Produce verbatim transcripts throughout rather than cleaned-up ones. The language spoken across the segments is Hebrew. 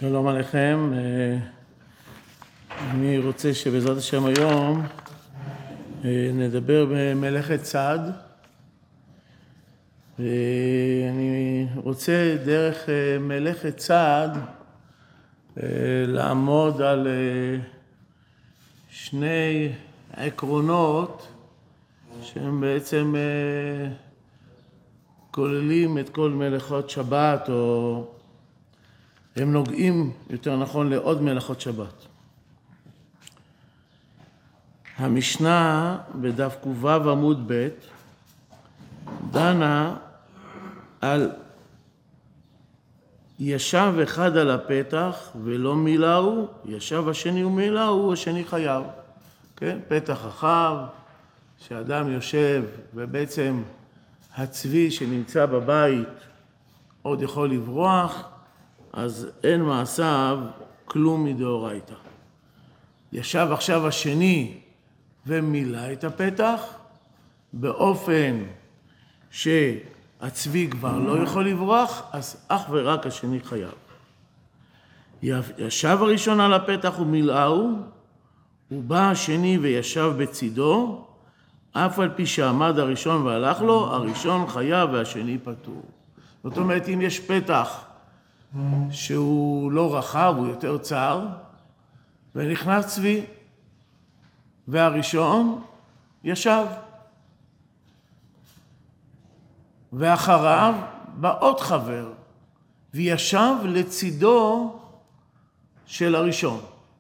שלום עליכם, אני רוצה שבעזרת השם היום נדבר במלאכת צד, ואני רוצה דרך מלאכת צד לעמוד על שני עקרונות שהם בעצם כוללים את כל מלאכות שבת, או הם נוגעים יותר נכון לעוד מלאכות שבת. המשנה בדף ק"ו עמוד ב' דנה על ישב אחד על הפתח ולא מילאו, ישב השני ומילאו, השני חייב. כן? פתח רחב, שאדם יושב ובעצם הצבי שנמצא בבית עוד יכול לברוח, אז אין מעשיו כלום מדאורייתא. ישב עכשיו השני ומילא את הפתח, באופן שהצבי כבר לא יכול לברוח, אז אך ורק השני חייב. ישב הראשון על הפתח ומילאו, ובא השני וישב בצידו, אף על פי שעמד הראשון והלך לו, הראשון חייב והשני פטור. זאת אומרת, אם יש פתח שהוא לא רחב, הוא יותר צר, ונכנס צבי, והראשון ישב. ואחריו בא עוד חבר, וישב לצידו של הראשון.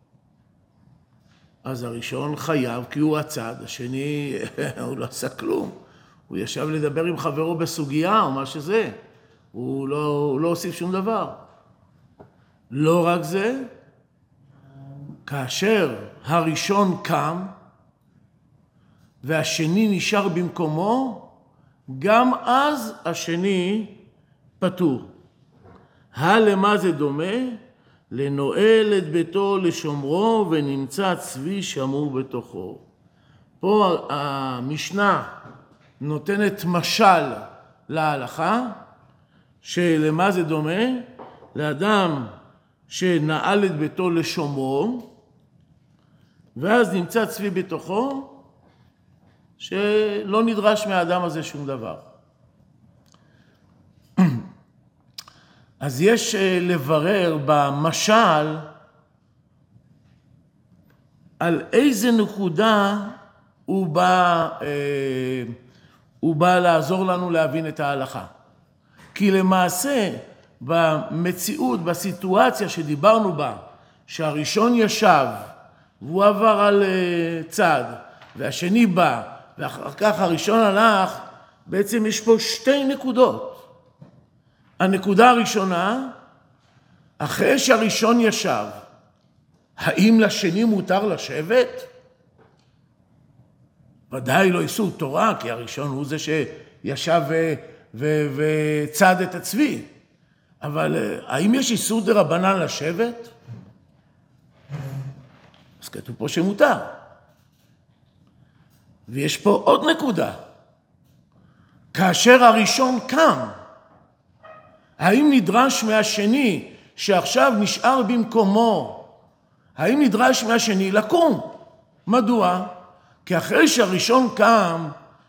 אז הראשון חייב כי הוא הצד, השני הוא לא עשה כלום. הוא ישב לדבר עם חברו בסוגיה או מה שזה. הוא לא, הוא לא הוסיף שום דבר. לא רק זה, כאשר הראשון קם והשני נשאר במקומו, גם אז השני פטור. הלמה זה דומה? לנועל את ביתו לשומרו ונמצא צבי שמור בתוכו. פה המשנה נותנת משל להלכה, שלמה זה דומה? לאדם שנעל את ביתו לשומרו, ואז נמצא צבי בתוכו, שלא נדרש מהאדם הזה שום דבר. אז יש לברר במשל על איזה נקודה הוא בא, הוא בא לעזור לנו להבין את ההלכה. כי למעשה במציאות, בסיטואציה שדיברנו בה, שהראשון ישב והוא עבר על צד והשני בא ואחר כך הראשון הלך, בעצם יש פה שתי נקודות. הנקודה הראשונה, אחרי שהראשון ישב, האם לשני מותר לשבת? ודאי לא איסור תורה, כי הראשון הוא זה שישב ו- ו- וצד את הצבי. אבל האם יש איסור דרבנן לשבת? אז כתוב פה שמותר. ויש פה עוד נקודה. כאשר הראשון קם, האם נדרש מהשני שעכשיו נשאר במקומו, האם נדרש מהשני לקום? מדוע? כי אחרי שהראשון קם,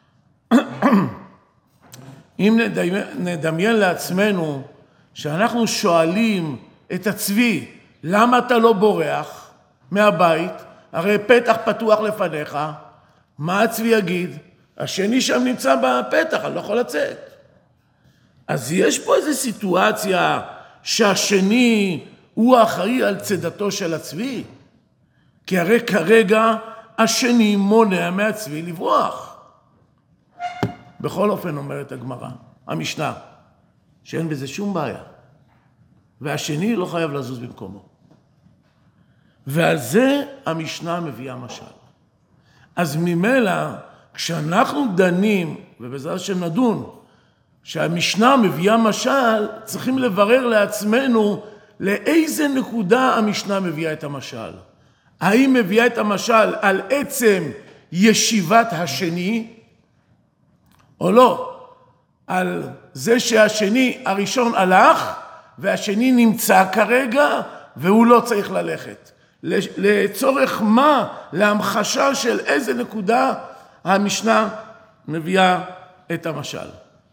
אם נדמיין, נדמיין לעצמנו שאנחנו שואלים את הצבי, למה אתה לא בורח מהבית? הרי פתח פתוח לפניך. מה הצבי יגיד? השני שם נמצא בפתח, אני לא יכול לצאת. אז יש פה איזו סיטואציה שהשני הוא האחראי על צדתו של הצבי, כי הרי כרגע השני מונע מהצבי לברוח. בכל אופן אומרת הגמרא, המשנה, שאין בזה שום בעיה, והשני לא חייב לזוז במקומו. ועל זה המשנה מביאה משל. אז ממילא, כשאנחנו דנים, ובעזרת השם נדון, שהמשנה מביאה משל, צריכים לברר לעצמנו לאיזה נקודה המשנה מביאה את המשל. האם מביאה את המשל על עצם ישיבת השני, או לא? על זה שהשני, הראשון הלך, והשני נמצא כרגע, והוא לא צריך ללכת? לצורך מה? להמחשה של איזה נקודה המשנה מביאה את המשל.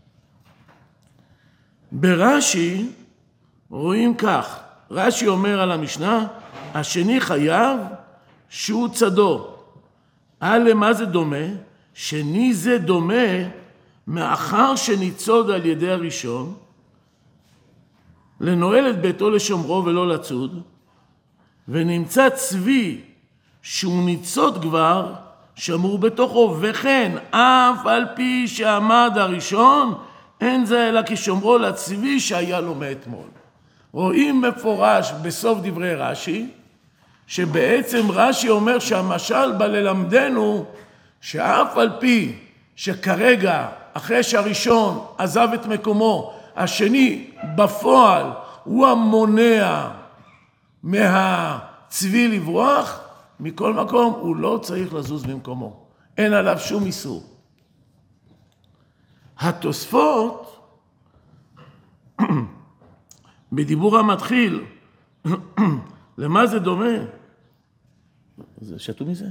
ברש"י רואים כך, רש"י אומר על המשנה, השני חייב שהוא צדו. על למה זה דומה? שני זה דומה מאחר שניצוד על ידי הראשון, לנועל את ביתו לשומרו ולא לצוד, ונמצא צבי שהוא ניצוד כבר, שמור בתוכו, וכן אף על פי שעמד הראשון, אין זה אלא כשומרו לצבי שהיה לו מאתמול. רואים מפורש בסוף דברי רש"י, שבעצם רש"י אומר שהמשל בא ללמדנו, שאף על פי שכרגע, אחרי שהראשון עזב את מקומו, השני בפועל הוא המונע מהצבי לברוח, מכל מקום הוא לא צריך לזוז במקומו. אין עליו שום איסור. התוספות, בדיבור המתחיל, למה זה דומה? זה שתו מזה?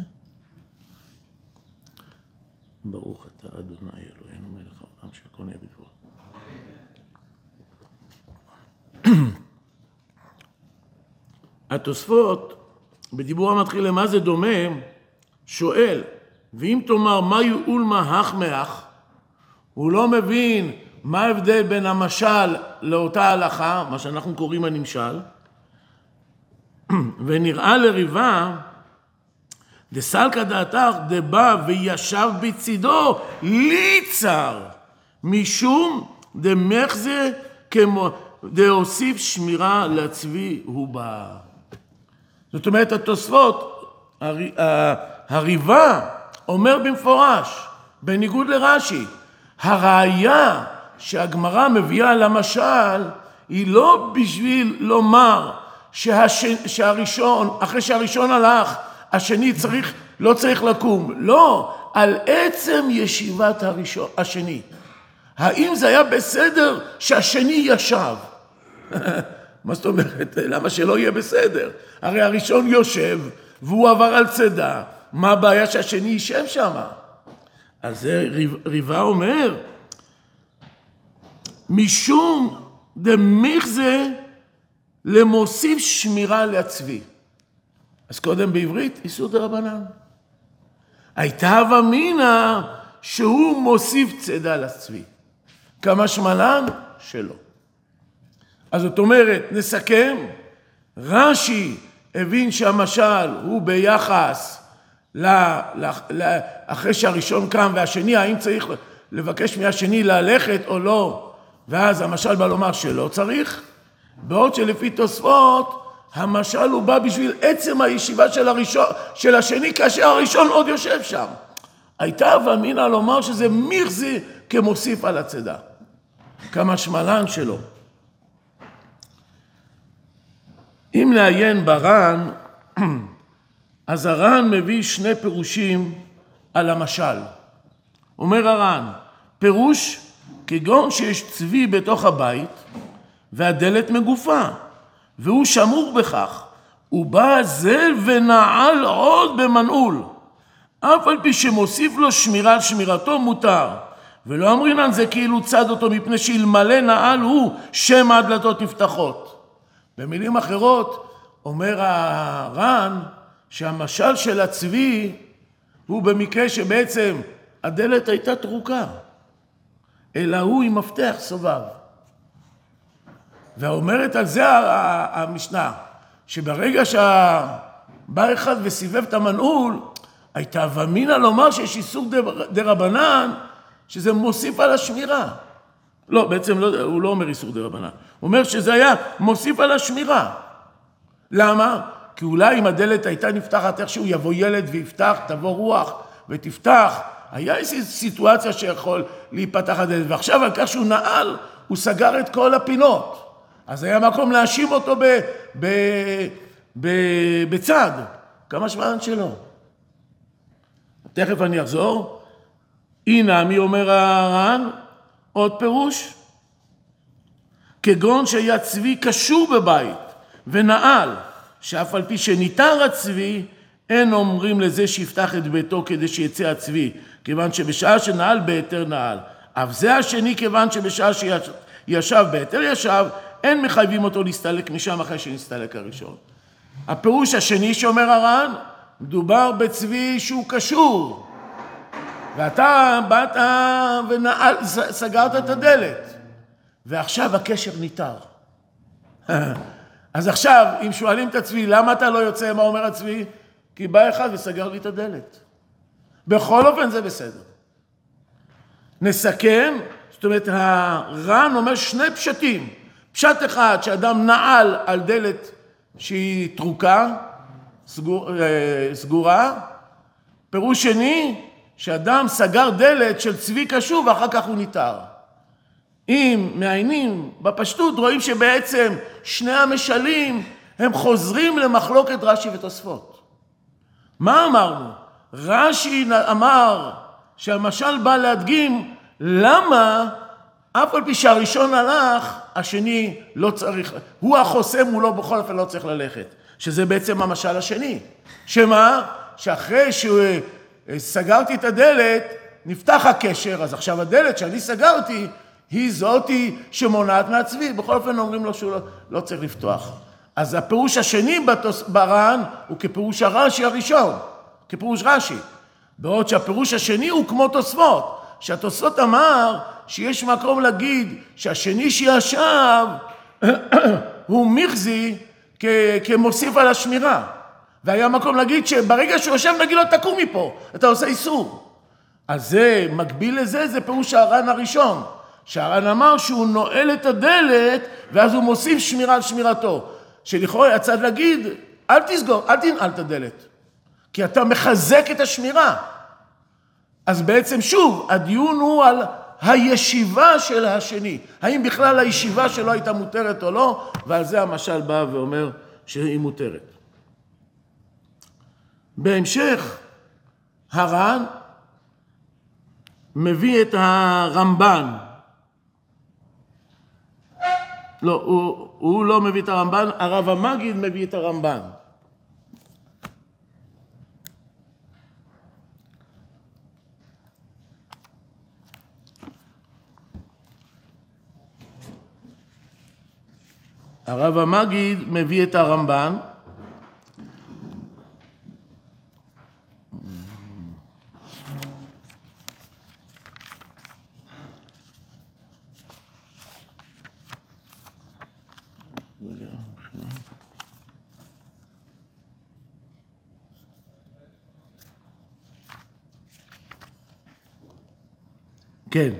ברוך אתה אדוני אלוהינו מלך העולם שהכל נהיה בדברו. התוספות, בדיבור המתחיל למה זה דומה, שואל, ואם תאמר מה יעול מה החמח, הוא לא מבין מה ההבדל בין המשל לאותה הלכה, מה שאנחנו קוראים הנמשל, ונראה לריבה, דסלקא דעתך דבא וישב בצידו ליצר, משום דמחזה כמו דהוסיף שמירה לצבי הוא בא. זאת אומרת, התוספות, הריבה אומר במפורש, בניגוד לרש"י, הראיה שהגמרא מביאה למשל, היא לא בשביל לומר שהש... שהראשון, אחרי שהראשון הלך, השני צריך, לא צריך לקום. לא, על עצם ישיבת הראשון, השני. האם זה היה בסדר שהשני ישב? מה זאת אומרת? למה שלא יהיה בסדר? הרי הראשון יושב והוא עבר על צדה. מה הבעיה שהשני יישב שם? אז זה ריבה אומר, משום דמחזה למוסיף שמירה לצבי. אז קודם בעברית, איסור דרבנן. הייתה הווה אמינא שהוא מוסיף צדה לצבי. כמה שמלן? שלא. אז זאת אומרת, נסכם, רש"י הבין שהמשל הוא ביחס ל, ל, ל, אחרי שהראשון קם והשני, האם צריך לבקש מהשני ללכת או לא, ואז המשל בא לומר שלא צריך, בעוד שלפי תוספות, המשל הוא בא בשביל עצם הישיבה של, הראשון, של השני, כאשר הראשון עוד יושב שם. הייתה הווה אמינא לומר שזה מחזי כמוסיף על הצדה. כמה שמלן שלו. אם נעיין בר"ן, אז הר"ן מביא שני פירושים על המשל. אומר הר"ן, פירוש כגון שיש צבי בתוך הבית והדלת מגופה, והוא שמור בכך, הוא בא זל ונעל עוד במנעול, אף על פי שמוסיף לו שמירה על שמירתו מותר, ולא אמרינן זה כאילו צד אותו מפני שאלמלא נעל הוא שם הדלתות נפתחות. במילים אחרות אומר הר"ן שהמשל של הצבי הוא במקרה שבעצם הדלת הייתה טרוקה, אלא הוא עם מפתח סובב. ואומרת על זה המשנה, שברגע שבא אחד וסיבב את המנעול, הייתה הווה אמינא לומר שיש איסור דרבנן, שזה מוסיף על השמירה. לא, בעצם לא, הוא לא אומר איסור דרבנן. הוא אומר שזה היה מוסיף על השמירה. למה? כי אולי אם הדלת הייתה נפתחת איכשהו, יבוא ילד ויפתח, תבוא רוח ותפתח. היה איזו סיטואציה שיכול להיפתח הדלת. ועכשיו על כך שהוא נעל, הוא סגר את כל הפינות. אז היה מקום להאשים אותו ב, ב, ב, בצד. כמה שמלן שלו. תכף אני אחזור. הנה, מי אומר הר"ן? עוד פירוש. כגון שהיה צבי קשור בבית, ונעל, שאף על פי שניתר הצבי, אין אומרים לזה שיפתח את ביתו כדי שיצא הצבי, כיוון שבשעה שנעל בהיתר נעל. אף זה השני, כיוון שבשעה שישב בהיתר ישב, אין מחייבים אותו להסתלק משם אחרי שנסתלק הראשון. הפירוש השני שאומר הר"ן, מדובר בצבי שהוא קשור, ואתה באת ונעל, סגרת את הדלת, ועכשיו הקשר ניתר. אז עכשיו, אם שואלים את הצבי, למה אתה לא יוצא? מה אומר הצבי? כי בא אחד וסגר לי את הדלת. בכל אופן זה בסדר. נסכם, זאת אומרת, הר"ן אומר שני פשטים. פשט אחד, שאדם נעל על דלת שהיא טרוקה, סגור, סגורה. פירוש שני, שאדם סגר דלת של צבי קשור ואחר כך הוא ניתר. אם מעיינים בפשטות, רואים שבעצם שני המשלים הם חוזרים למחלוקת רש"י ותוספות. מה אמרנו? רש"י אמר שהמשל בא להדגים למה אף על פי שהראשון הלך, השני לא צריך, הוא החוסם, הוא לא בכל אופן לא צריך ללכת. שזה בעצם המשל השני. שמה? שאחרי שסגרתי את הדלת, נפתח הקשר, אז עכשיו הדלת שאני סגרתי, היא זאתי שמונעת מהצבי, בכל אופן אומרים לו שהוא לא, לא צריך לפתוח. אז הפירוש השני בר"ן הוא כפירוש הרש"י הראשון, כפירוש רש"י. בעוד שהפירוש השני הוא כמו תוספות, שהתוספות אמר שיש מקום להגיד שהשני שישב הוא מחזי כ- כמוסיף על השמירה. והיה מקום להגיד שברגע שהוא יושב נגיד לו תקום מפה, אתה עושה איסור. אז זה מקביל לזה, זה פירוש הר"ן הראשון. שהר"ן אמר שהוא נועל את הדלת ואז הוא מוסיף שמירה על שמירתו. שלכאורה הצד להגיד, אל תסגור, אל תנעל את הדלת. כי אתה מחזק את השמירה. אז בעצם שוב, הדיון הוא על הישיבה של השני. האם בכלל הישיבה שלו הייתה מותרת או לא, ועל זה המשל בא ואומר שהיא מותרת. בהמשך, הר"ן מביא את הרמב"ן. לא, הוא, הוא לא מביא את הרמב"ן, הרב המגיד מביא את הרמב"ן. הרב המגיד מביא את הרמב"ן, כן.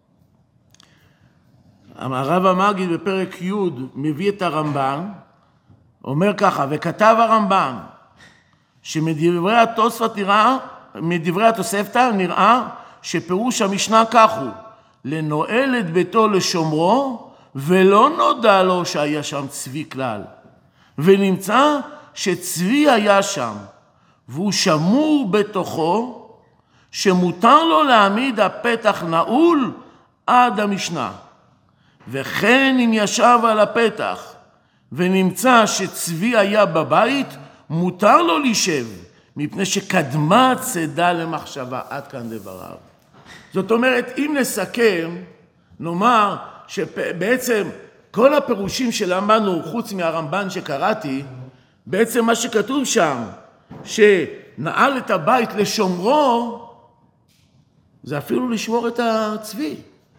הרב המגיד בפרק י' מביא את הרמב"ן, אומר ככה, וכתב הרמב"ן, שמדברי התוספות נראה, מדברי התוספתא נראה שפירוש המשנה כך הוא, לנועל את ביתו לשומרו, ולא נודע לו שהיה שם צבי כלל. ונמצא שצבי היה שם, והוא שמור בתוכו, שמותר לו להעמיד הפתח נעול עד המשנה. וכן אם ישב על הפתח ונמצא שצבי היה בבית, מותר לו להישב, מפני שקדמה צידה למחשבה. עד כאן דבריו. זאת אומרת, אם נסכם, נאמר שבעצם כל הפירושים שלמדנו, חוץ מהרמב"ן שקראתי, בעצם מה שכתוב שם, שנעל את הבית לשומרו, זה אפילו לשמור את הצבי.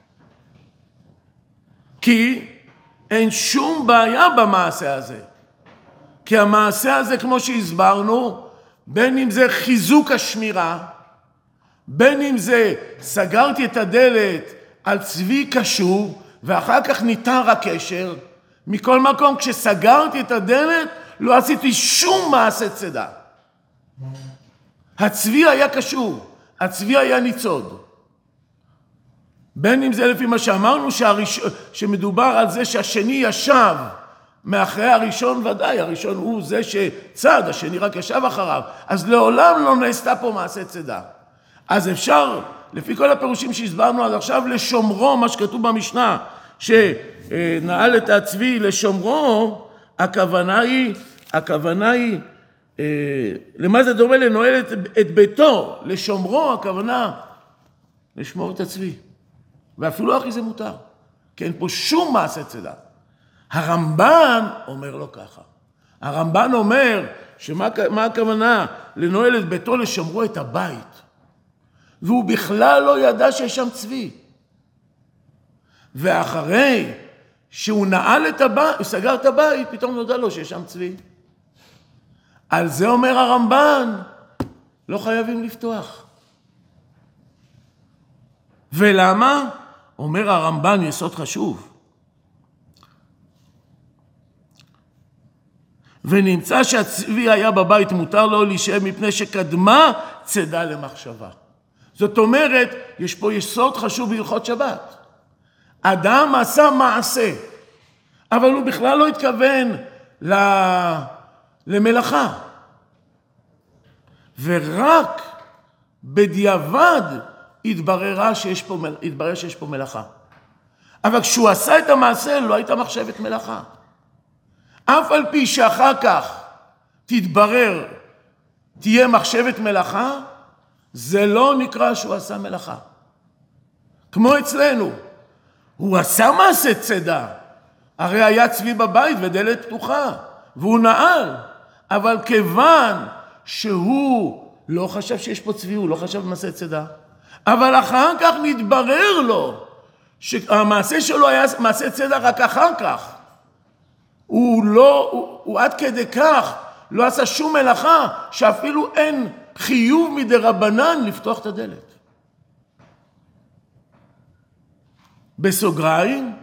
כי אין שום בעיה במעשה הזה. כי המעשה הזה, כמו שהסברנו, בין אם זה חיזוק השמירה, בין אם זה סגרתי את הדלת על צבי קשור, ואחר כך ניתר הקשר, מכל מקום כשסגרתי את הדלת, לא עשיתי שום מעשה צידה. הצבי היה קשור, הצבי היה ניצוד. בין אם זה לפי מה שאמרנו, שהראש... שמדובר על זה שהשני ישב מאחרי הראשון, ודאי, הראשון הוא זה שצד, השני רק ישב אחריו, אז לעולם לא נעשתה פה מעשה צידה. אז אפשר, לפי כל הפירושים שהסברנו עד עכשיו, לשומרו, מה שכתוב במשנה, שנעל את הצבי לשומרו, הכוונה היא, הכוונה היא, אה, למה זה דומה לנועל את, את ביתו, לשומרו, הכוונה, לשמור את הצבי. ואפילו אחי זה מותר, כי אין פה שום מעשה צידה. הרמב"ן אומר לו ככה. הרמב"ן אומר, שמה מה הכוונה? לנועל את ביתו, לשמרו את הבית. והוא בכלל לא ידע שיש שם צבי. ואחרי שהוא נעל את הבית, הוא סגר את הבית, פתאום נודע לו שיש שם צבי. על זה אומר הרמב"ן, לא חייבים לפתוח. ולמה? אומר הרמב"ן יסוד חשוב. ונמצא שהצבי היה בבית מותר לו להישאר מפני שקדמה צידה למחשבה. זאת אומרת, יש פה יסוד חשוב בהלכות שבת. אדם עשה מעשה, אבל הוא בכלל לא התכוון למלאכה. ורק בדיעבד התבררה שיש פה, התברר שיש פה מלאכה. אבל כשהוא עשה את המעשה, לא הייתה מחשבת מלאכה. אף על פי שאחר כך תתברר, תהיה מחשבת מלאכה, זה לא נקרא שהוא עשה מלאכה. כמו אצלנו, הוא עשה מעשה צידה, הרי היה צבי בבית ודלת פתוחה, והוא נעל, אבל כיוון שהוא לא חשב שיש פה צבי, הוא לא חשב במעשה צידה, אבל אחר כך נתברר לו, שהמעשה שלו היה מעשה צידה רק אחר כך, הוא לא, הוא, הוא עד כדי כך לא עשה שום מלאכה, שאפילו אין חיוב מדי רבנן לפתוח את הדלת. בסוגריים,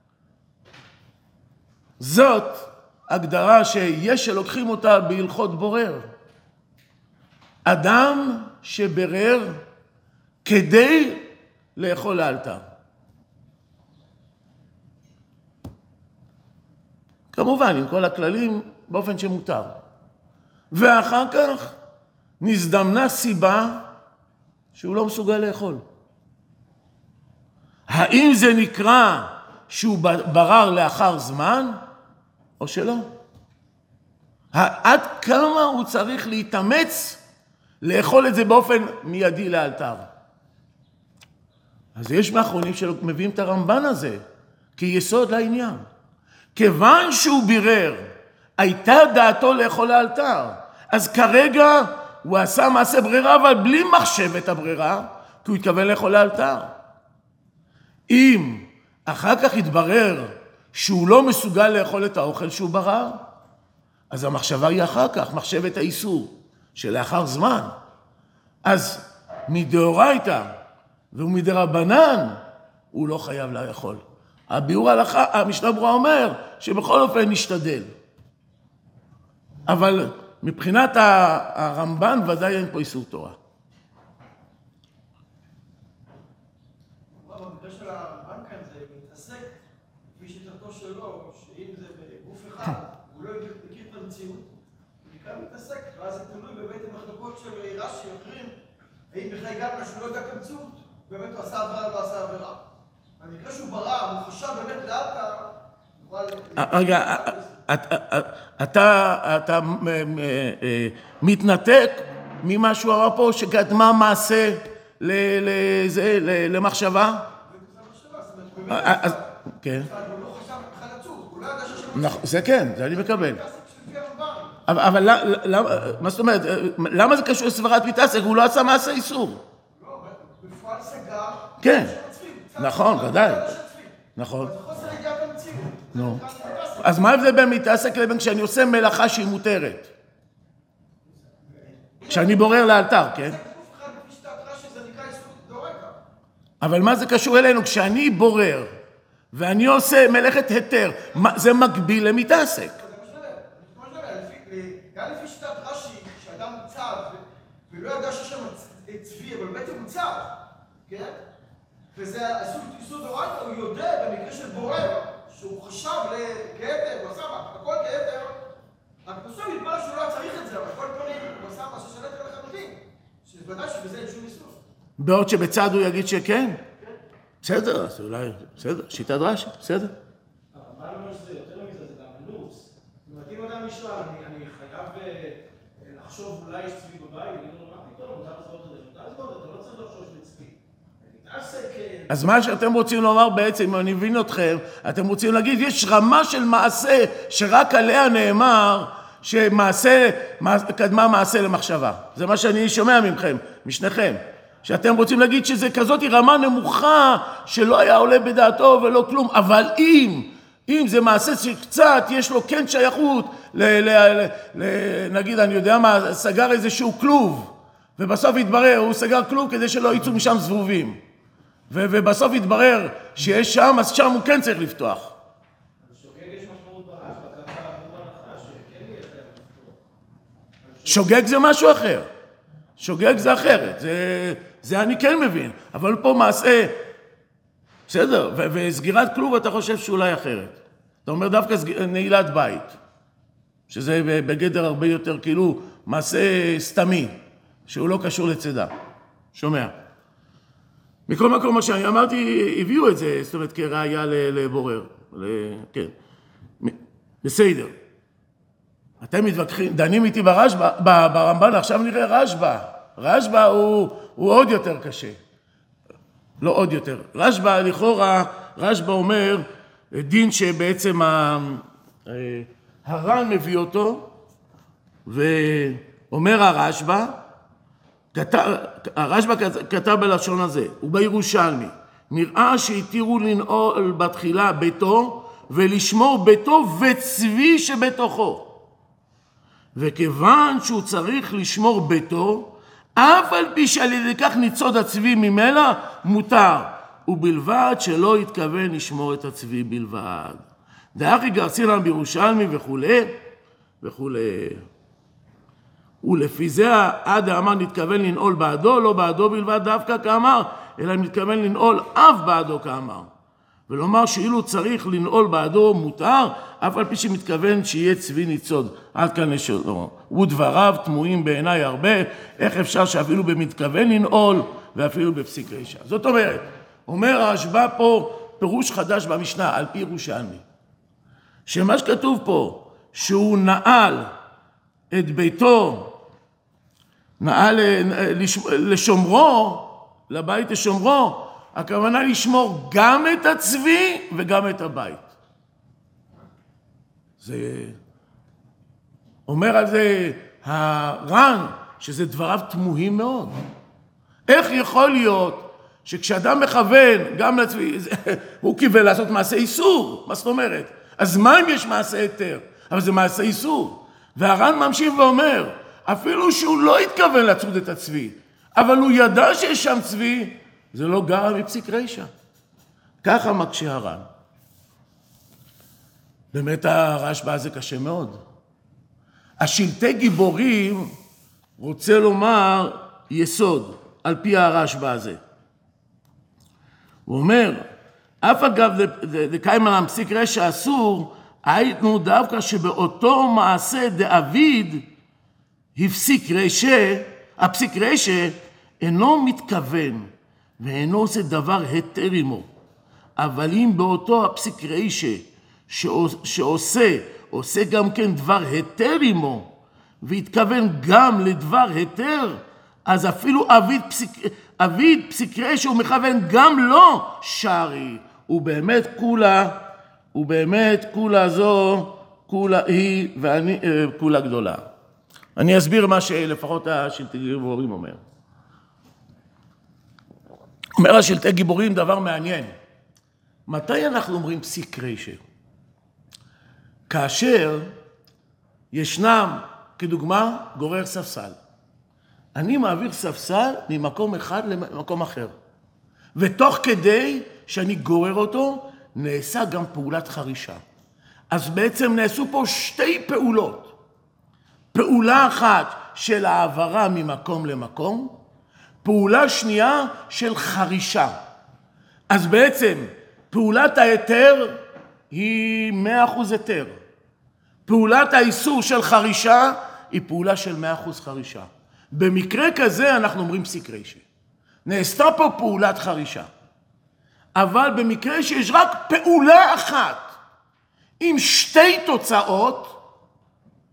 זאת הגדרה שיש שלוקחים אותה בהלכות בורר. אדם שברר כדי לאכול לאלתר. כמובן, עם כל הכללים, באופן שמותר. ואחר כך נזדמנה סיבה שהוא לא מסוגל לאכול. האם זה נקרא שהוא ברר לאחר זמן, או שלא? עד כמה הוא צריך להתאמץ לאכול את זה באופן מיידי לאלתר? אז יש מאחרונים שמביאים את הרמב"ן הזה, כיסוד לעניין. כיוון שהוא בירר, הייתה דעתו לאכול לאלתר, אז כרגע הוא עשה מעשה ברירה, אבל בלי מחשבת הברירה, כי הוא התכוון לאכול לאלתר. אם אחר כך יתברר שהוא לא מסוגל לאכול את האוכל שהוא ברר, אז המחשבה היא אחר כך, מחשבת האיסור, שלאחר זמן. אז מדאורייתא ומדרבנן, הוא לא חייב לאכול. הביאור ההלכה, המשנה ברורה אומר, שבכל אופן נשתדל. אבל מבחינת הרמב"ן, ודאי אין פה איסור תורה. במקרה של הרמב"ן כאן זה מתעסק, לפי שיטתו שלו, שאם זה בגוף אחד, הוא לא מכיר את המציאות, הוא נקרא מתעסק, ואז זה תלוי בבית המחלוקות של רש"י אחרים, האם בכלל הגענו שהוא לא יודע את המציאות, באמת הוא עשה עבירה או לא עשה עבירה. במקרה שהוא ברא, הוא חשב באמת לאלתר, רגע, אתה מתנתק ממה שהוא אמר פה, שקדמה מעשה למחשבה? אז כן. הוא לא חשב בכלל לצור, הוא לא ידע שיש... זה כן, זה אני מקבל. אבל מה זאת אומרת, למה זה קשור לסברת מתעסק? הוא לא עשה מעשה איסור. לא, בפועל סגר... כן, נכון, ודאי. נכון. זה חוסר ידיעת המציאות. נו. אז מה ההבדל בין מתעסק לבין כשאני עושה מלאכה שהיא מותרת? כשאני בורר לאלתר, כן? אבל מה זה קשור אלינו? כשאני בורר ואני עושה מלאכת היתר, זה מקביל למתעסק. גם לפי שיטת רש"י, שאדם צד ולא ידע שיש שם צבי, אבל בעצם הוא צד, כן? וזה איסור דאורייתא, הוא יודע במקרה של בורר, שהוא חשב לכתר, הוא עשה הכל כתר, רק בסוף יתברר שהוא לא צריך את זה, אבל כל פנים הוא עשה משהו של יתר לחלוטין, שבוודאי שבזה אין שום איסור. בעוד שבצד הוא יגיד שכן? בסדר, אז אולי, בסדר, שיטת רש"י, בסדר. אבל מה לא שזה יותר מזה, זה גם לוס. נשמע, אני חייב לחשוב אולי יש צבי בבית, אני לא מה פתאום, מותר לזרות את זה, מותר לזרות את זה, אתה לא צריך לחשוב שצבי. אז מה שאתם רוצים לומר בעצם, אם אני מבין אתכם, אתם רוצים להגיד, יש רמה של מעשה שרק עליה נאמר שמעשה, קדמה מעשה למחשבה. זה מה שאני שומע ממכם, משניכם. שאתם רוצים להגיד שזה כזאת רמה נמוכה שלא היה עולה בדעתו ולא כלום, אבל אם, אם זה מעשה שקצת יש לו כן שייכות, ל, ל, ל, ל, נגיד אני יודע מה, סגר איזשהו כלוב, ובסוף התברר, הוא סגר כלוב כדי שלא יצאו משם זבובים. ו- ובסוף התברר שיש שם, אז שם הוא כן צריך לפתוח. שוגג יש משמעות ברשב"א, ככה הוא הנחש, שכן יהיה חייב לפתוח. שוגג זה משהו אחר. שוגג זה אחרת. זה, זה אני כן מבין. אבל פה מעשה, בסדר, ו- וסגירת כלוב אתה חושב שאולי אחרת. אתה אומר דווקא סג... נעילת בית, שזה בגדר הרבה יותר כאילו מעשה סתמי, שהוא לא קשור לצדה. שומע? מכל מקום מה שאני אמרתי, הביאו את זה, זאת אומרת, כראיה לבורר. כן. בסדר. אתם מתווכחים, דנים איתי ברשב"א, ברמב"ן, עכשיו נראה רשב"א. רשב"א הוא, הוא עוד יותר קשה. לא עוד יותר. רשב"א, לכאורה, רשב"א אומר, דין שבעצם הר"ן מביא אותו, ואומר הרשב"א, הרשב"א כתב בלשון הזה, ובירושלמי, נראה שהתירו לנעול בתחילה ביתו, ולשמור ביתו וצבי שבתוכו. וכיוון שהוא צריך לשמור ביתו, אף על פי שעל ידי כך ניצוד הצבי ממנו, מותר, ובלבד שלא יתכוון לשמור את הצבי בלבד. דאחי גרסינן בירושלמי וכו' וכו'. ולפי זה עד האמר נתכוון לנעול בעדו, לא בעדו בלבד דווקא כאמר, אלא נתכוון לנעול אף בעדו כאמר. ולומר שאילו צריך לנעול בעדו מותר, אף על פי שמתכוון שיהיה צבי ניצוד. עד כאן לשאלו. ודבריו תמוהים בעיניי הרבה, איך אפשר שאפילו במתכוון לנעול, ואפילו בפסיק רישא. זאת אומרת, אומר הרשב"א פה פירוש חדש במשנה, על פי ירושלמי. שמה שכתוב פה, שהוא נעל את ביתו, נעל לשומרו, לבית לשומרו, הכוונה לשמור גם את הצבי וגם את הבית. זה אומר על זה הר"ן, שזה דבריו תמוהים מאוד. איך יכול להיות שכשאדם מכוון גם לצבי, הוא קיבל לעשות מעשה איסור, מה זאת אומרת? אז מה אם יש מעשה היתר? אבל זה מעשה איסור. והר"ן ממשיך ואומר, אפילו שהוא לא התכוון לצוד את הצבי, אבל הוא ידע שיש שם צבי, זה לא גרע מפסיק רישא. ככה מקשה הר"ן. באמת הרשב"א הזה קשה מאוד. השלטי גיבורים רוצה לומר יסוד, על פי הרשב"א הזה. הוא אומר, אף אגב דקיימן המפסיק רישא אסור, היינו דווקא שבאותו מעשה דאביד הפסיק רישא, הפסיק רישא אינו מתכוון ואינו עושה דבר היתר עמו. אבל אם באותו הפסיק רישא שעושה, עושה גם כן דבר היתר עמו, והתכוון גם לדבר היתר, אז אפילו אביד פסיק, אביד פסיק רישא הוא מכוון גם לא שרי, ובאמת כולה, ובאמת כולה זו, כולה היא ואני, כולה גדולה. אני אסביר מה שלפחות השלטי גיבורים אומר. אומר השלטי גיבורים דבר מעניין. מתי אנחנו אומרים פסיק רישא? כאשר ישנם, כדוגמה, גורר ספסל. אני מעביר ספסל ממקום אחד למקום אחר. ותוך כדי שאני גורר אותו, נעשה גם פעולת חרישה. אז בעצם נעשו פה שתי פעולות. פעולה אחת של העברה ממקום למקום, פעולה שנייה של חרישה. אז בעצם פעולת ההיתר היא מאה אחוז היתר. פעולת האיסור של חרישה היא פעולה של מאה אחוז חרישה. במקרה כזה אנחנו אומרים פסיק רישא. נעשתה פה פעולת חרישה. אבל במקרה שיש רק פעולה אחת עם שתי תוצאות,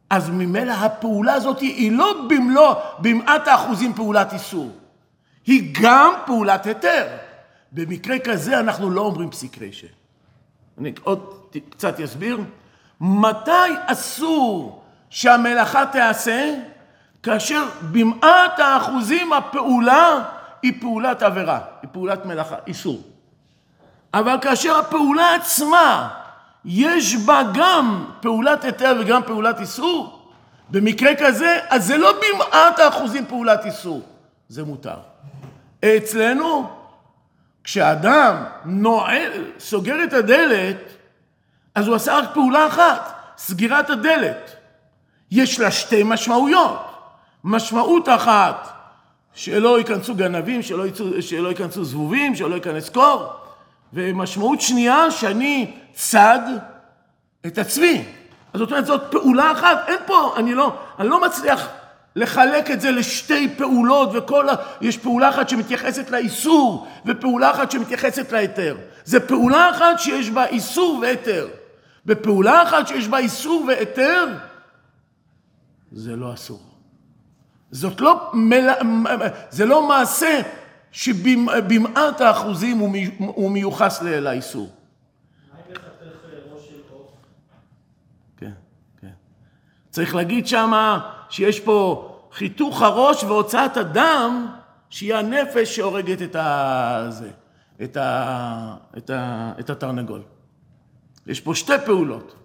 אז ממילא הפעולה הזאת היא לא במלוא, במעט האחוזים פעולת איסור. היא גם פעולת היתר. במקרה כזה אנחנו לא אומרים פסיק רשע. אני עוד קצת אסביר. מתי אסור שהמלאכה תעשה? כאשר במעט האחוזים הפעולה היא פעולת עבירה, היא פעולת מלאכה, איסור. אבל כאשר הפעולה עצמה יש בה גם פעולת היתר וגם פעולת איסור, במקרה כזה, אז זה לא במעט האחוזים פעולת איסור, זה מותר. אצלנו, כשאדם נועל, סוגר את הדלת, אז הוא עשה רק פעולה אחת, סגירת הדלת. יש לה שתי משמעויות. משמעות אחת, שלא ייכנסו גנבים, שלא, ייצאו, שלא ייכנסו זבובים, שלא ייכנס קור. ומשמעות שנייה, שאני צד את הצבי. אז זאת אומרת, זאת פעולה אחת. אין פה, אני לא, אני לא מצליח לחלק את זה לשתי פעולות, וכל ה... יש פעולה אחת שמתייחסת לאיסור, ופעולה אחת שמתייחסת להיתר. זה פעולה אחת שיש בה איסור והיתר. בפעולה אחת שיש בה איסור והיתר, זה לא אסור. זאת לא, מל... זה לא מעשה שבמעט האחוזים הוא מיוחס לאיסור. מה אם לחתך ראש של עוף? כן, כן. צריך להגיד שמה שיש פה חיתוך הראש והוצאת הדם, שהיא הנפש שהורגת את ה... זה, את ה... את ה... את התרנגול. יש פה שתי פעולות.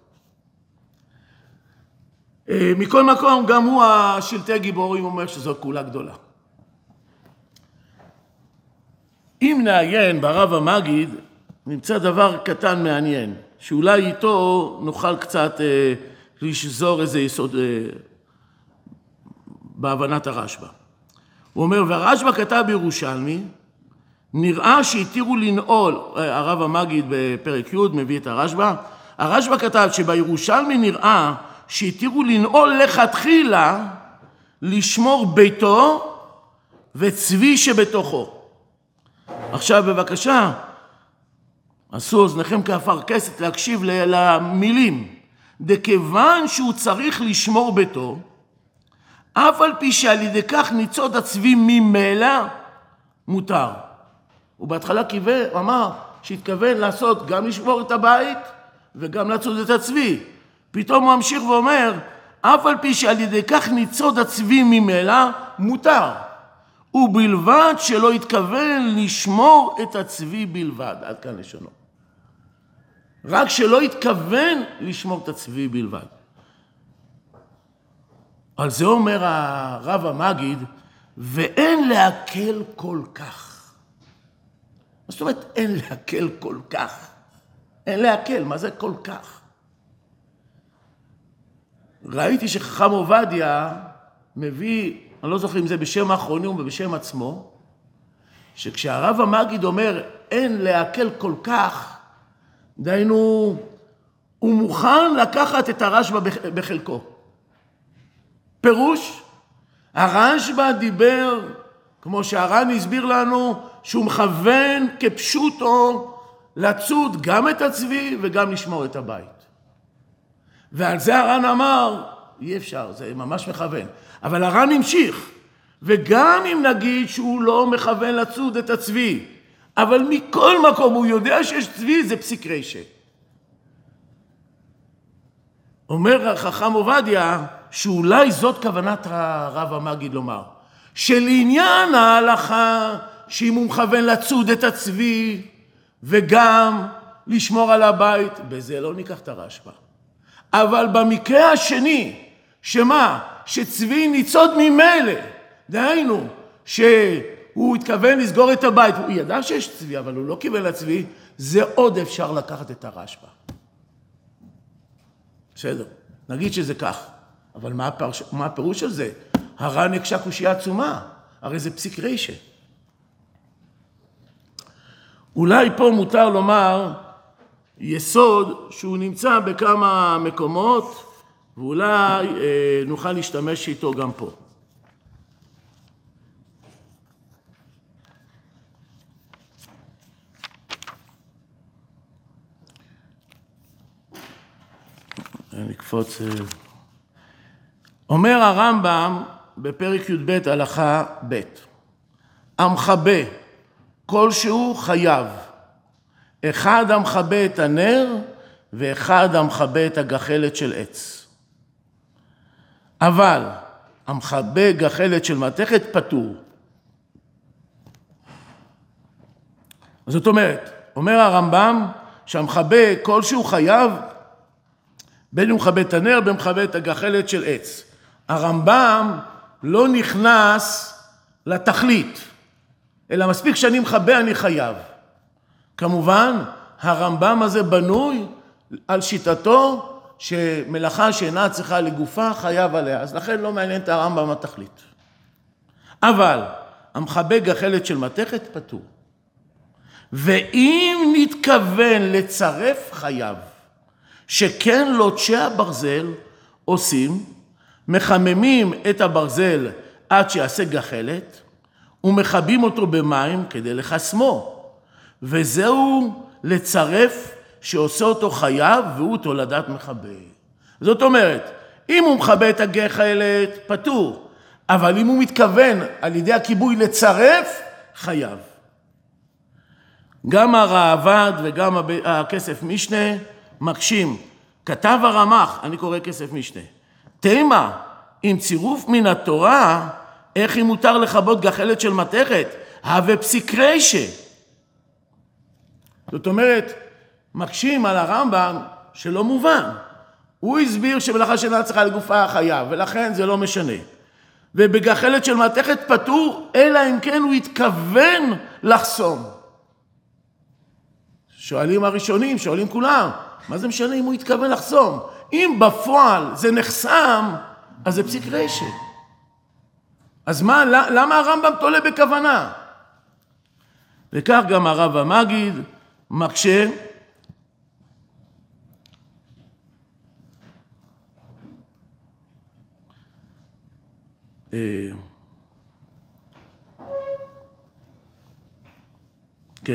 מכל מקום, גם הוא השלטי גיבורים אומר שזו פעולה גדולה. אם נעיין ברב המגיד, נמצא דבר קטן מעניין, שאולי איתו נוכל קצת אה, לשזור איזה יסוד אה, בהבנת הרשב"א. הוא אומר, והרשב"א כתב בירושלמי, נראה שהתירו לנעול, הרב המגיד בפרק י' מביא את הרשב"א, הרשב"א כתב שבירושלמי נראה שהתירו לנעול לכתחילה לשמור ביתו וצבי שבתוכו. עכשיו בבקשה, עשו אוזניכם כאפר כסת להקשיב למילים. דכיוון שהוא צריך לשמור ביתו, אף על פי שעל ידי כך ניצוד הצבי ממילא מותר. ובהתחלה קיווה, אמר שהתכוון לעשות גם לשמור את הבית וגם לצוד את הצבי. פתאום הוא ממשיך ואומר, אף על פי שעל ידי כך ניצוד הצבי ממילא מותר. ובלבד שלא התכוון לשמור את הצבי בלבד. עד כאן לשונו. רק שלא התכוון לשמור את הצבי בלבד. על זה אומר הרב המגיד, ואין להקל כל כך. מה זאת אומרת אין להקל כל כך? אין להקל, מה זה כל כך? ראיתי שחכם עובדיה מביא, אני לא זוכר אם זה בשם האחרונים או בשם עצמו, שכשהרב המגיד אומר אין להקל כל כך, דיינו, הוא מוכן לקחת את הרשב"א בחלקו. פירוש, הרשב"א דיבר, כמו שהר"ן הסביר לנו, שהוא מכוון כפשוטו לצוד גם את הצבי וגם לשמור את הבית. ועל זה הר"ן אמר, אי אפשר, זה ממש מכוון. אבל הר"ן המשיך, וגם אם נגיד שהוא לא מכוון לצוד את הצבי, אבל מכל מקום הוא יודע שיש צבי, זה פסיק רשע. אומר חכם עובדיה, שאולי זאת כוונת הרב המגיד לומר, שלעניין ההלכה, שאם הוא מכוון לצוד את הצבי, וגם לשמור על הבית, בזה לא ניקח את הרשב"א. אבל במקרה השני, שמה? שצבי ניצוד ממילא, דהיינו, שהוא התכוון לסגור את הבית, הוא ידע שיש צבי, אבל הוא לא קיבל לצבי, זה עוד אפשר לקחת את הרשב"א. בסדר, נגיד שזה כך, אבל מה, הפרש... מה הפירוש של זה? הר"ן הקשה קושיה עצומה, הרי זה פסיק רשע. אולי פה מותר לומר יסוד שהוא נמצא בכמה מקומות, ואולי אה, נוכל להשתמש איתו גם פה. נקפוץ... אומר הרמב"ם בפרק י"ב הלכה ב' המכבה כלשהו חייב, אחד המכבה את הנר ואחד המכבה את הגחלת של עץ. אבל המכבה גחלת של מתכת פטור. זאת אומרת, אומר הרמב"ם שהמכבה כלשהו חייב, בין הוא מכבה את הנר, בין מכבה את הגחלת של עץ. הרמב"ם לא נכנס לתכלית, אלא מספיק שאני מכבה אני חייב. כמובן, הרמב"ם הזה בנוי על שיטתו שמלאכה שאינה צריכה לגופה חייב עליה, אז לכן לא מעניין את הרמב"ם התכלית. אבל המכבה גחלת של מתכת פטור. ואם נתכוון לצרף חייב, שכן לוטשי הברזל עושים, מחממים את הברזל עד שיעשה גחלת, ומחבים אותו במים כדי לחסמו. וזהו לצרף שעושה אותו חייב, והוא תולדת מכבה. זאת אומרת, אם הוא מכבה את הגחלת, פטור. אבל אם הוא מתכוון על ידי הכיבוי לצרף, חייב. גם הראב"ד וגם הכסף משנה מקשים. כתב הרמ"ח, אני קורא כסף משנה, תימה, עם צירוף מן התורה, איך אם מותר לכבות גחלת של מתכת? הווה פסיק רישא. זאת אומרת, מקשים על הרמב"ם שלא מובן. הוא הסביר שמלאכה שאינה צריכה לגופה חייב, ולכן זה לא משנה. ובגחלת של מתכת פטור, אלא אם כן הוא התכוון לחסום. שואלים הראשונים, שואלים כולם, מה זה משנה אם הוא התכוון לחסום? אם בפועל זה נחסם, אז זה פסיק רישא. אז מה, למה הרמב"ם תולה בכוונה? וכך גם הרב המגיד מקשה, כן.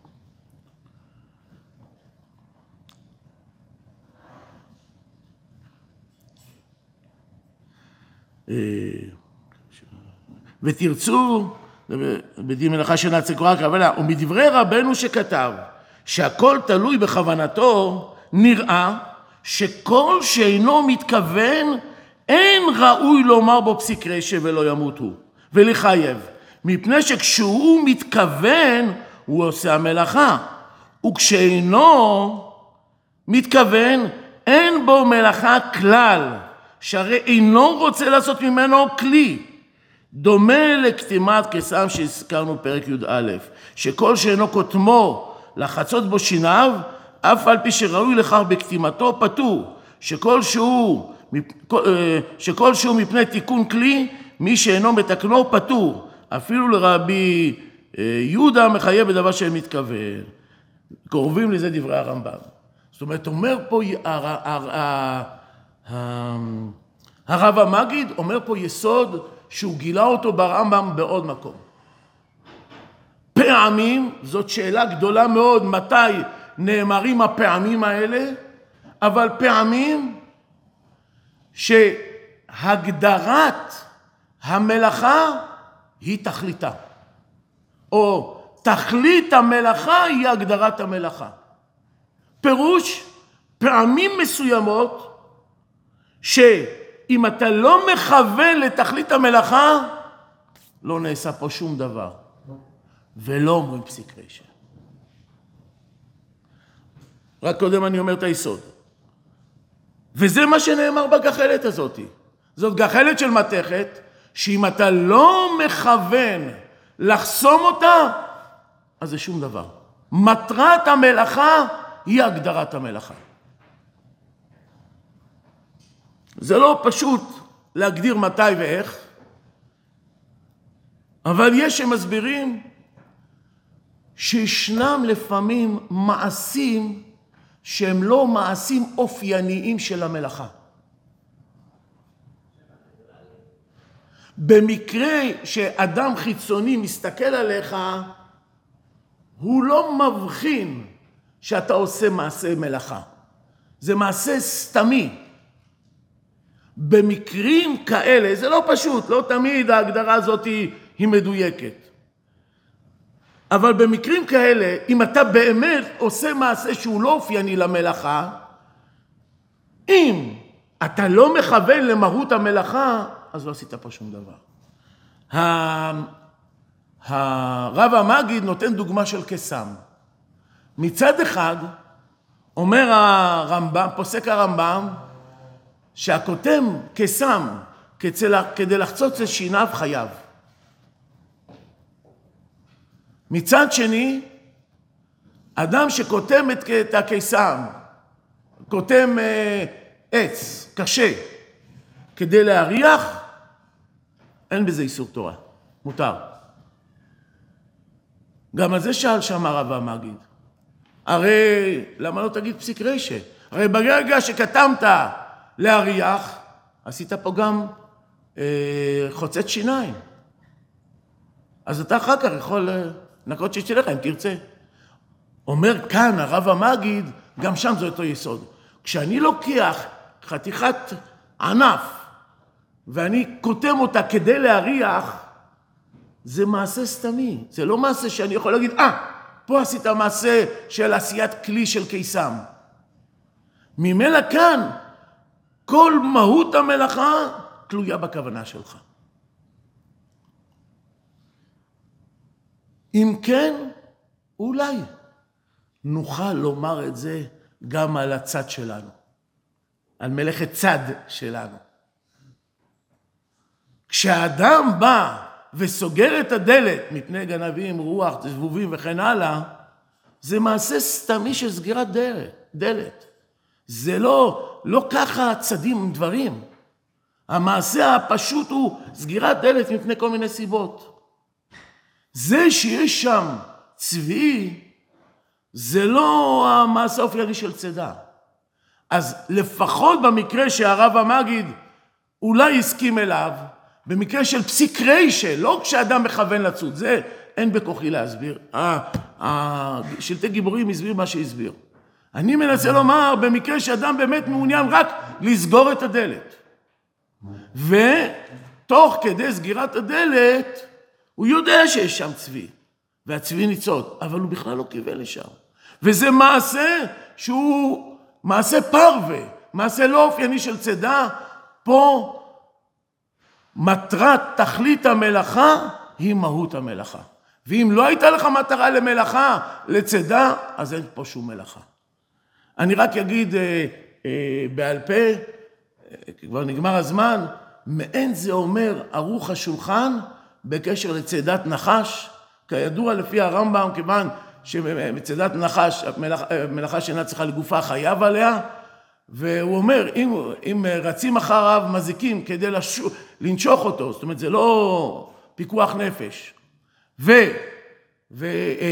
ותרצו, בדין מלאכה שאינה צריכה לגופה, ומדברי רבנו שכתב שהכל תלוי בכוונתו, נראה שכל שאינו מתכוון אין ראוי לומר בו פסיק רישא ולא ימות הוא, ולחייב, מפני שכשהוא מתכוון הוא עושה המלאכה, וכשאינו מתכוון אין בו מלאכה כלל, שהרי אינו רוצה לעשות ממנו כלי, דומה לקטימת קסם שהזכרנו פרק י"א, שכל שאינו קוטמו לחצות בו שיניו, אף על פי שראוי לכך בקטימתו פטור, שכל שהוא, שכל שהוא מפני תיקון כלי, מי שאינו מתקנו פטור, אפילו לרבי יהודה מחייב בדבר שהם מתכוון. קרובים לזה דברי הרמב"ם. זאת אומרת, אומר פה הרב המגיד, אומר פה יסוד שהוא גילה אותו ברמב"ם בעוד מקום. פעמים, זאת שאלה גדולה מאוד, מתי נאמרים הפעמים האלה, אבל פעמים שהגדרת המלאכה היא תכליתה, או תכלית המלאכה היא הגדרת המלאכה. פירוש, פעמים מסוימות, שאם אתה לא מכוון לתכלית המלאכה, לא נעשה פה שום דבר, ולא אומרים פסיק רישא. רק קודם אני אומר את היסוד. וזה מה שנאמר בגחלת הזאת. זאת גחלת של מתכת, שאם אתה לא מכוון לחסום אותה, אז זה שום דבר. מטרת המלאכה היא הגדרת המלאכה. זה לא פשוט להגדיר מתי ואיך, אבל יש שמסבירים שישנם לפעמים מעשים שהם לא מעשים אופייניים של המלאכה. במקרה שאדם חיצוני מסתכל עליך, הוא לא מבחין שאתה עושה מעשה מלאכה. זה מעשה סתמי. במקרים כאלה, זה לא פשוט, לא תמיד ההגדרה הזאת היא, היא מדויקת. אבל במקרים כאלה, אם אתה באמת עושה מעשה שהוא לא אופייני למלאכה, אם אתה לא מכוון למהות המלאכה, אז לא עשית פה שום דבר. הרב המגיד נותן דוגמה של קסם. מצד אחד, אומר הרמב"ם, פוסק הרמב"ם, שהכותם קסם כדי לחצוץ את שיניו חייב. מצד שני, אדם שכותם את הקסם, כותם עץ קשה כדי להריח, אין בזה איסור תורה, מותר. גם על זה שאל שם הרב המגיד. הרי, למה לא תגיד פסיק רשע? הרי ברגע שכתמת להריח, עשית פה גם אה, חוצץ שיניים. אז אתה אחר כך יכול לנקות שיש לך אם תרצה. אומר כאן הרב המגיד, גם שם זה אותו יסוד. כשאני לוקח חתיכת ענף, ואני כותם אותה כדי להריח, זה מעשה סתמי. זה לא מעשה שאני יכול להגיד, אה, פה עשית מעשה של עשיית כלי של קיסם. ממילא כאן, כל מהות המלאכה תלויה בכוונה שלך. אם כן, אולי נוכל לומר את זה גם על הצד שלנו, על מלאכת צד שלנו. כשהאדם בא וסוגר את הדלת מפני גנבים, רוח, זבובים וכן הלאה, זה מעשה סתמי של סגירת דלת. זה לא, לא ככה צדים דברים. המעשה הפשוט הוא סגירת דלת מפני כל מיני סיבות. זה שיש שם צבי, זה לא המעשה האופייני של צדה. אז לפחות במקרה שהרב המגיד אולי הסכים אליו, במקרה של פסיק רשע, לא כשאדם מכוון לצוד, זה אין בכוחי להסביר. שלטי גיבורים הסביר מה שהסביר. אני מנסה לומר, במקרה שאדם באמת מעוניין רק לסגור את הדלת. ותוך כדי סגירת הדלת, הוא יודע שיש שם צבי, והצבי ניצוד, אבל הוא בכלל לא כיוון לשם. וזה מעשה שהוא מעשה פרווה, מעשה לא אופייני של צדה. פה מטרת תכלית המלאכה היא מהות המלאכה. ואם לא הייתה לך מטרה למלאכה, לצדה, אז אין פה שום מלאכה. אני רק אגיד אה, אה, בעל פה, אה, כבר נגמר הזמן, מעין זה אומר ערוך השולחן בקשר לצדת נחש, כידוע לפי הרמב"ם, כיוון שמצדת נחש, מלאכה, מלאכה שאינה צריכה לגופה חייב עליה, והוא אומר, אם, אם רצים אחריו מזיקים כדי לשו, לנשוך אותו, זאת אומרת, זה לא פיקוח נפש. ו, ו,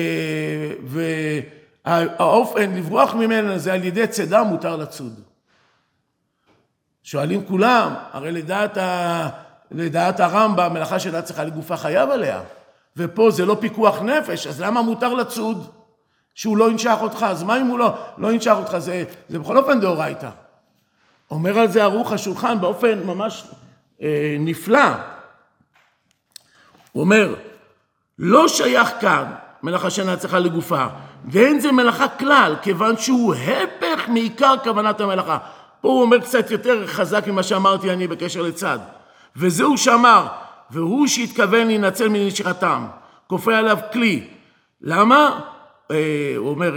והאופן לברוח ממנו זה על ידי צדה מותר לצוד. שואלים כולם, הרי לדעת, ה, לדעת הרמב"ם, מלאכה שאינה צריכה לגופה חייב עליה, ופה זה לא פיקוח נפש, אז למה מותר לצוד? שהוא לא ינשך אותך, אז מה אם הוא לא, לא ינשך אותך? זה, זה בכל אופן דאורייתא. אומר על זה ערוך השולחן באופן ממש אה, נפלא. הוא אומר, לא שייך כאן מלאכה שאינה צריכה לגופה, ואין זה מלאכה כלל, כיוון שהוא הפך מעיקר כוונת המלאכה. פה הוא אומר קצת יותר חזק ממה שאמרתי אני בקשר לצד. וזהו שאמר, והוא שהתכוון להינצל מנשיכתם, כופה עליו כלי. למה? הוא אומר,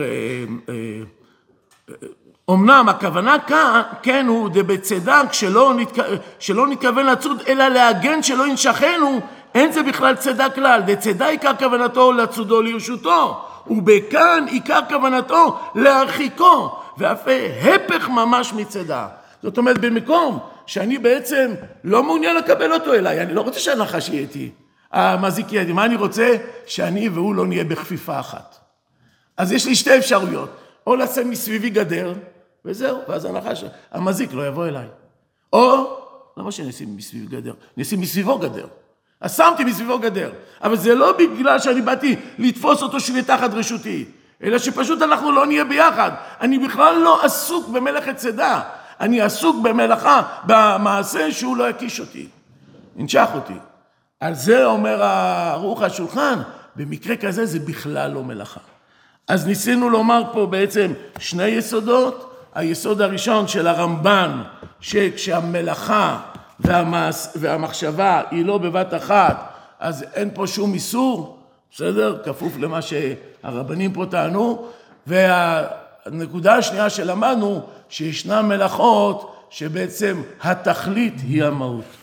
אמנם הכוונה כאן, כן הוא דבצדק שלא נתכוון לצוד, אלא להגן שלא ינשכנו, אין זה בכלל צדק כלל. דצדה עיקר כוונתו לצודו לרשותו, ובכאן עיקר כוונתו להרחיקו, ואף הפך ממש מצדה. זאת אומרת, במקום שאני בעצם לא מעוניין לקבל אותו אליי, אני לא רוצה שהנחש יהיה איתי, המזיק יהיה איתי, מה אני רוצה? שאני והוא לא נהיה בכפיפה אחת. אז יש לי שתי אפשרויות, או לשים מסביבי גדר, וזהו, ואז הנחש, המזיק לא יבוא אליי. או, למה שנשים מסביב גדר? נשים מסביבו גדר. אז שמתי מסביבו גדר, אבל זה לא בגלל שאני באתי לתפוס אותו שהוא תחת רשותי, אלא שפשוט אנחנו לא נהיה ביחד. אני בכלל לא עסוק במלאכת צדה. אני עסוק במלאכה, במעשה שהוא לא יקיש אותי, ינשך אותי. על זה אומר ערוך השולחן, במקרה כזה זה בכלל לא מלאכה. אז ניסינו לומר פה בעצם שני יסודות, היסוד הראשון של הרמב"ן, שכשהמלאכה והמס, והמחשבה היא לא בבת אחת, אז אין פה שום איסור, בסדר? כפוף למה שהרבנים פה טענו, והנקודה השנייה שלמדנו, שישנן מלאכות שבעצם התכלית היא המהות.